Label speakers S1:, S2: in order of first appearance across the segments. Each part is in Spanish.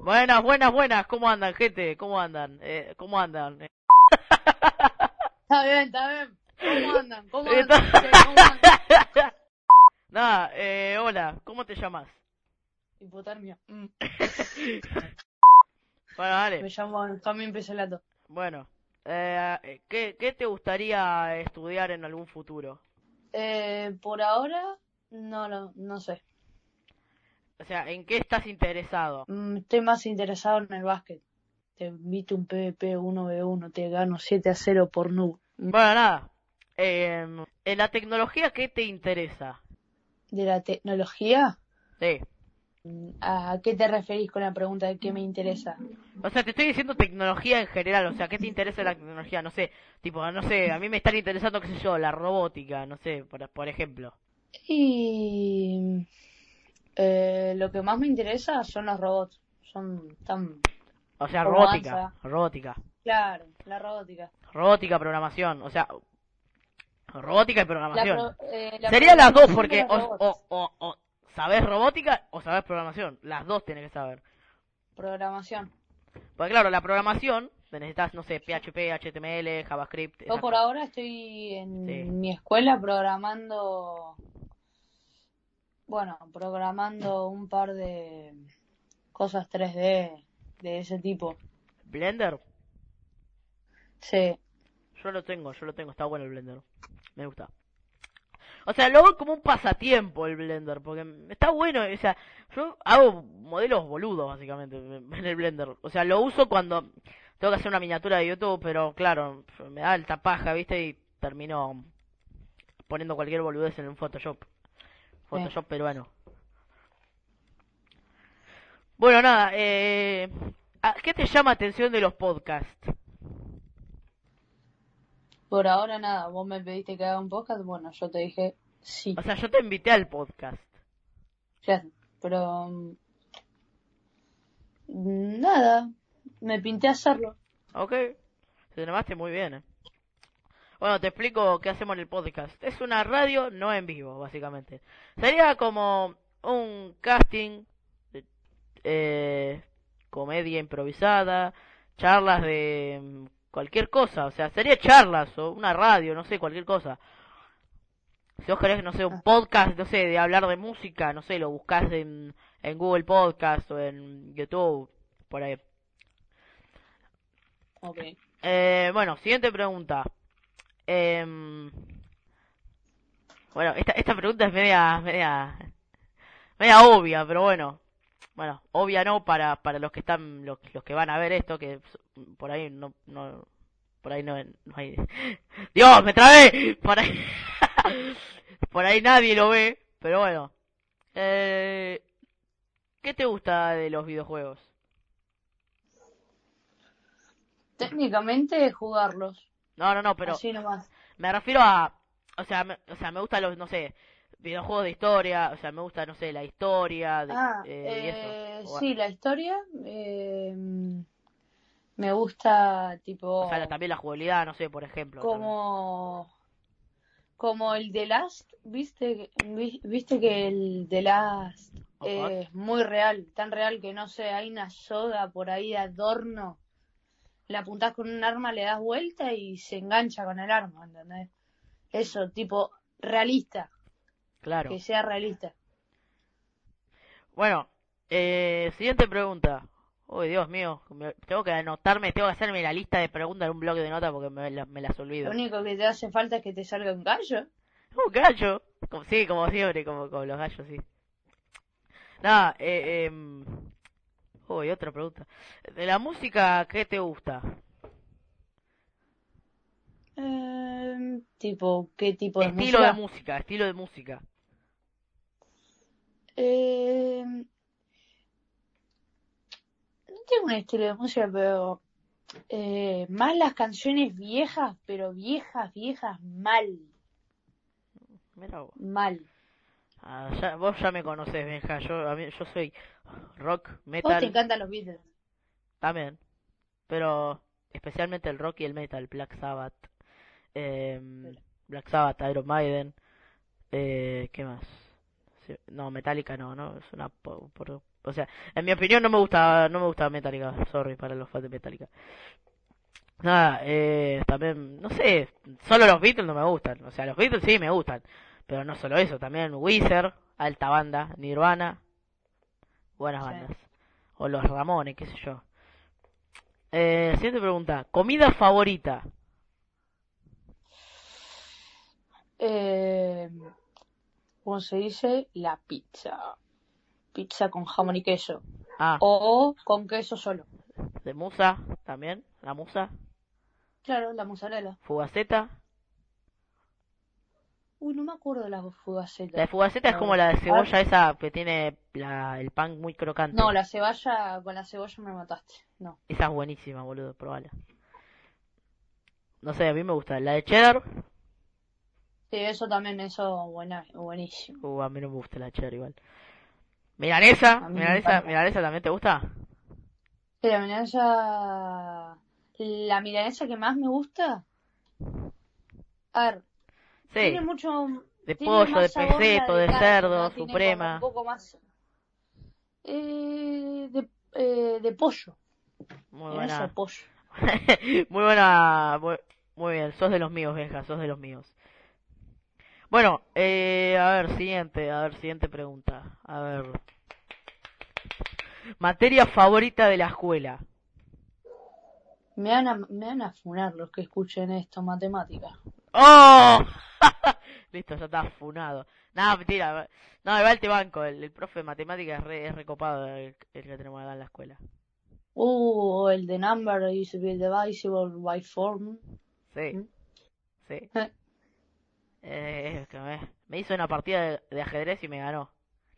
S1: Buenas, buenas, buenas. ¿Cómo andan, gente? ¿Cómo andan? ¿Cómo andan?
S2: Está bien, está bien. ¿Cómo andan? ¿Cómo
S1: Eh,
S2: andan? Che, ¿cómo andan?
S1: Nada, hola. ¿Cómo te llamas?
S2: Hipotermia.
S1: Bueno, dale.
S2: Me llamo Benjamín Pesolato.
S1: Bueno, ¿qué te gustaría estudiar en algún futuro?
S2: Por ahora, no sé.
S1: O sea, ¿en qué estás interesado?
S2: Estoy más interesado en el básquet. Te invito un PvP 1v1, te gano 7-0 por noob.
S1: Bueno, nada. En la tecnología, ¿qué te interesa?
S2: ¿De la tecnología?
S1: Sí.
S2: ¿A qué te referís con la pregunta de qué me interesa?
S1: O sea, te estoy diciendo tecnología en general, o sea, ¿qué te interesa de la tecnología? No sé, tipo, no sé, a mí me están interesando, qué sé yo, la robótica, no sé, por ejemplo.
S2: Y lo que más me interesa son los robots. Son tan
S1: O sea,
S2: como
S1: robótica,
S2: ANSA.
S1: robótica,
S2: Claro, la robótica.
S1: robótica, programación, o sea, robótica y programación.
S2: La
S1: Serían las dos
S2: programación de
S1: porque
S2: los robots.
S1: o sabés robótica o sabés programación, las dos tienes que saber.
S2: Programación.
S1: Porque claro, la programación, necesitas, no sé,
S2: Yo,
S1: PHP, HTML, JavaScript,
S2: yo
S1: esas
S2: por
S1: cosas.
S2: ahora estoy
S1: Sí.
S2: en mi escuela programando un par de cosas 3D de ese tipo.
S1: Blender,
S2: Sí.
S1: yo lo tengo, está bueno el Blender. Me gusta. O sea, lo veo como un pasatiempo el Blender, porque está bueno, o sea, yo hago modelos boludos básicamente en el Blender. O sea, lo uso cuando tengo que hacer una miniatura de YouTube, pero claro, me da alta paja, ¿viste? Y termino poniendo cualquier boludez en un Photoshop.
S2: Sí.
S1: Photoshop peruano. Bueno, nada, ¿qué te llama atención de los podcasts?
S2: Por ahora nada, vos me pediste que haga un podcast, bueno, yo te dije sí.
S1: O sea, yo te invité al podcast.
S2: Ya, pero nada, me pinté a hacerlo.
S1: ¿Ok? Te llamaste muy bien, Bueno, te explico qué hacemos en el podcast. Es una radio no en vivo, básicamente. Sería como un casting, de, eh, comedia improvisada, charlas de cualquier cosa. O sea, sería charlas o una radio, no sé, cualquier cosa. Si vos querés, no sé, un
S2: Ah,
S1: podcast, no sé, de hablar de música, no sé, lo buscás en Google Podcast o en YouTube, por ahí.
S2: ok.
S1: Bueno, siguiente pregunta. Em, bueno, esta pregunta es media obvia, pero bueno. Bueno, obvia no para los que están, los que van a ver esto, que por ahí por ahí no hay. Dios, me trabé. Por ahí, por ahí nadie lo ve, pero bueno. Eh, ¿Qué te gusta de los videojuegos?
S2: Técnicamente jugarlos,
S1: No, pero
S2: así nomás.
S1: me refiero a, o sea, me gustan los, no sé, videojuegos de historia, o sea, me gusta, no sé, la historia y eso.
S2: Sí, la historia. Me gusta,
S1: O sea,
S2: tipo,
S1: también la jugabilidad, no sé, por ejemplo, también.
S2: como, como el The Last, viste que el The Last
S1: ¿O jugás?
S2: es muy real, tan real que no sé, hay una soga por ahí de adorno, la apuntás con un arma, le das vuelta y se engancha con el arma, ¿entendés? Eso, tipo, realista,
S1: Claro.
S2: que sea realista.
S1: Bueno, siguiente pregunta. Uy, Dios mío, tengo que anotarme, tengo que hacerme la lista de preguntas en un bloque de notas porque me las
S2: Lo
S1: olvido.
S2: único que te hace falta es que te salga un gallo.
S1: Un gallo. Sí, como siempre, como los gallos, sí. Nada, uy, otra pregunta. De la música, ¿qué te gusta?
S2: Tipo, ¿qué tipo de música?
S1: Estilo de música.
S2: Eh, no tengo un estilo de música, pero más las canciones viejas, pero viejas, viejas, mal,
S1: Mira vos.
S2: mal.
S1: Vos ya me conocés, Benja. Yo soy rock,
S2: ¿Vos te
S1: metal,
S2: encantan los Beatles?
S1: también. Pero especialmente el rock y el metal. Em, Black Sabbath, Iron Maiden. ¿Qué más? Sí, no, Metallica no, no, es una o sea, en mi opinión no me gusta Metallica, sorry para los fans de Metallica. Nada, también, no sé, solo los Beatles no me gustan, o sea, los Beatles sí me gustan, pero no solo eso, también Weezer, alta banda, Nirvana, buenas
S2: Sí.
S1: bandas, o los Ramones, qué sé yo. Siguiente pregunta, comida favorita.
S2: Eh, ¿Cómo se dice? La pizza. Pizza con jamón y queso.
S1: Ah,
S2: O con queso solo.
S1: de musa, también, la musa,
S2: Claro, la mozzarella.
S1: fugaceta.
S2: Uy, no me acuerdo de la
S1: La de
S2: fugaceta,
S1: fugaceta es
S2: la
S1: como
S2: verdad.
S1: la de
S2: A ver,
S1: cebolla esa que tiene el pan muy
S2: no,
S1: crocante.
S2: la cebolla, con la cebolla me mataste. No.
S1: Esa es buenísima, boludo, probala. No sé, a mí me gusta. La de cheddar,
S2: Sí, eso también, eso buenísimo.
S1: a mí no me gusta la de cheddar igual. Milanesa,
S2: A mí me
S1: milanesa,
S2: encanta.
S1: milanesa también te gusta.
S2: Sí, la milanesa que más me gusta, a ver,
S1: Sí,
S2: tiene mucho,
S1: de
S2: tiene
S1: pollo, de
S2: más sabor la
S1: peseto,
S2: de
S1: de
S2: carne,
S1: cerdo,
S2: ¿no? Tiene como un
S1: suprema.
S2: poco más de pollo,
S1: Muy
S2: milanesa de
S1: buena.
S2: pollo.
S1: Muy buena. Muy bien, sos de los míos, vieja, sos de los míos. Bueno, a ver, siguiente pregunta. A ver, materia favorita de la escuela.
S2: Me van a funar los que escuchen esto, matemáticas.
S1: ¡Oh! Listo, ya está funado. Nada, mentira. No, igual te banco. El profe de matemáticas es recopado el que tenemos acá en la escuela.
S2: El de number is divisible by 4.
S1: Sí, sí. Es que me hizo una partida de ajedrez y me ganó.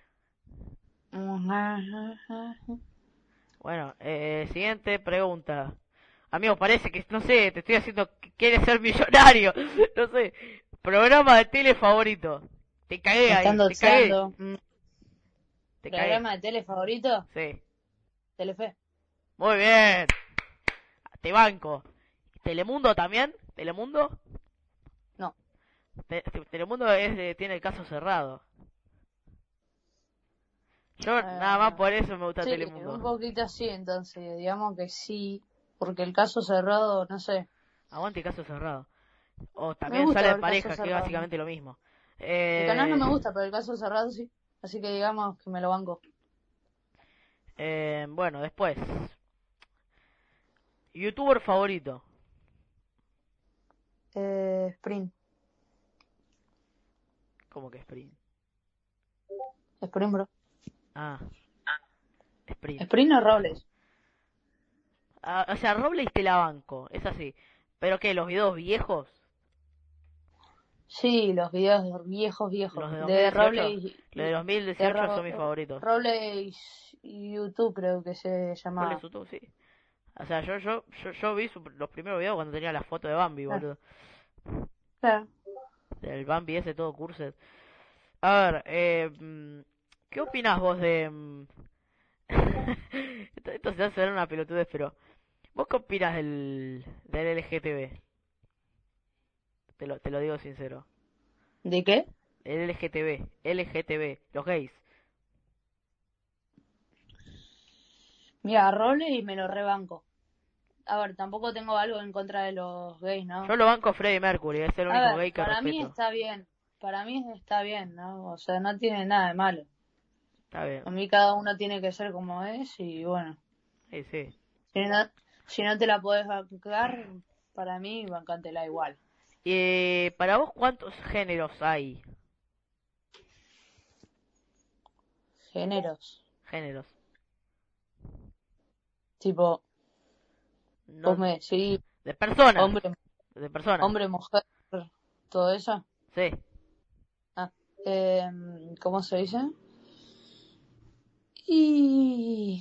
S1: Bueno, siguiente pregunta. Amigo, parece que, no sé, te estoy haciendo que quieres ser millonario. No sé. Programa de tele favorito. Te cagué
S2: Me están
S1: ahí, te cagué.
S2: doxeando.
S1: Te cagué.
S2: ¿Programa de tele favorito?
S1: Sí.
S2: Telefe.
S1: Muy bien. Te banco. ¿Telemundo también? ¿Telemundo?
S2: No.
S1: Telemundo tiene el caso cerrado. Yo nada más
S2: Eh,
S1: por eso me gusta
S2: sí, un
S1: Telemundo.
S2: poquito así, entonces, digamos que sí, porque el caso cerrado, no sé.
S1: Aguante caso cerrado. O
S2: Me
S1: también
S2: gusta
S1: sale en
S2: ver caso
S1: pareja, que es
S2: cerrado, ¿no?
S1: básicamente lo mismo.
S2: El canal no
S1: Eh,
S2: me gusta, pero el caso cerrado sí. Así que digamos que me lo banco.
S1: bueno, después. ¿YouTuber favorito?
S2: Sprint.
S1: ¿Cómo que Sprint?
S2: Sprint, bro.
S1: Ah, Sprint.
S2: Sprint o Robles.
S1: Ah, o sea, Robles te la banco, es así. ¿Pero qué? ¿Los videos viejos?
S2: Sí, los videos viejos,
S1: ¿Los
S2: viejos.
S1: de
S2: De
S1: 2018?
S2: Robles
S1: Los de
S2: de
S1: 2018 son mis favoritos.
S2: Robles y YouTube creo que se
S1: Robles
S2: llamaba.
S1: YouTube, sí. O sea, yo vi los primeros videos cuando tenía la foto de Bambi,
S2: Ah,
S1: boludo.
S2: claro.
S1: El Bambi ese todo cursed. A ver, ¿qué opinas vos de... esto se hace ver una pelotudez, pero... ¿Vos qué opinas del LGTB? Te lo digo sincero.
S2: ¿De qué?
S1: El LGTB, los gays.
S2: Mira, a Robles y me lo rebanco. A ver, tampoco tengo algo en contra de los gays, ¿no?
S1: Yo lo banco a Freddie Mercury, es el
S2: A
S1: único
S2: ver,
S1: gay que
S2: para mí
S1: respeto.
S2: está bien. Para mí está bien, ¿no? O sea, no tiene nada de malo.
S1: Está bien,
S2: A mí cada uno tiene que ser como es y bueno,
S1: sí, sí.
S2: si no, si no te la podés bancar, para mí bancátela igual.
S1: Para vos, ¿cuántos géneros hay?
S2: Géneros,
S1: Géneros.
S2: tipo,
S1: No,
S2: vos me decís
S1: de personas.
S2: hombre,
S1: De personas.
S2: hombre, mujer, todo eso.
S1: Sí.
S2: Ah, ¿cómo se dice? Y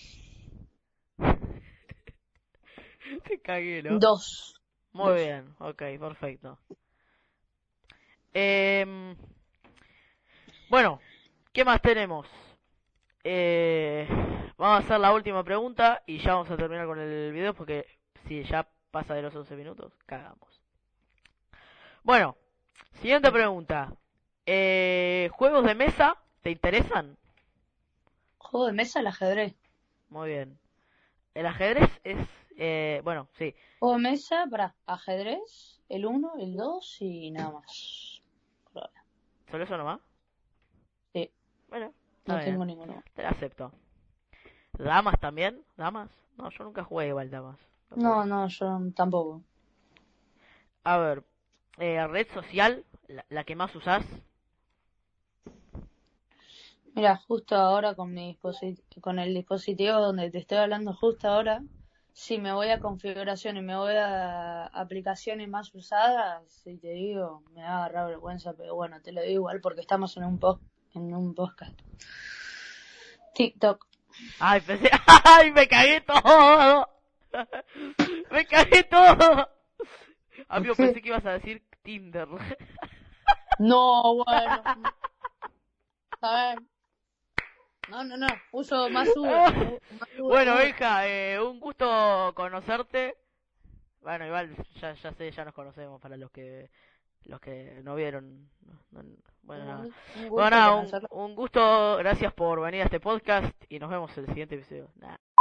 S1: Te cagué, ¿no?
S2: dos,
S1: Muy
S2: dos.
S1: bien, ok, perfecto. Em, bueno, ¿qué más tenemos? Eh, vamos a hacer la última pregunta y ya vamos a terminar con el video porque si ya pasa de los 11 minutos, cagamos. Bueno, siguiente pregunta. ¿Juegos de mesa ¿Te interesan?
S2: Juego de mesa, el ajedrez.
S1: Muy bien. El ajedrez es, bueno, sí.
S2: Juego de mesa, para ajedrez, el uno, el 2 y nada más. Por ahora.
S1: ¿Solo eso nomás?
S2: Sí,
S1: Bueno, está
S2: no
S1: bien.
S2: tengo ninguno.
S1: Te la acepto. ¿Damas también? ¿Damas? No, yo nunca jugué igual damas.
S2: No,
S1: Tampoco.
S2: no, yo tampoco.
S1: A ver, red social, la que más usás.
S2: Mira, justo ahora con con el dispositivo donde te estoy hablando justo ahora, si me voy a configuración y me voy a aplicaciones más usadas, si te digo, me va a agarrar vergüenza, pero bueno, te lo digo igual porque estamos en un podcast. TikTok.
S1: Ay, pensé, ay, me cagué todo. Me cagué todo. Amigo, pensé que ibas a decir Tinder.
S2: No, bueno, ¿sabes? No, no, no, uso más Uber.
S1: Bueno, Benja, un gusto conocerte. Bueno, igual ya sé, ya nos conocemos para los que no vieron. Bueno, nada.
S2: Un
S1: Bueno,
S2: gusto
S1: nada,
S2: conocerlo.
S1: un gusto, gracias por venir a este podcast y nos vemos en el siguiente episodio. Nada.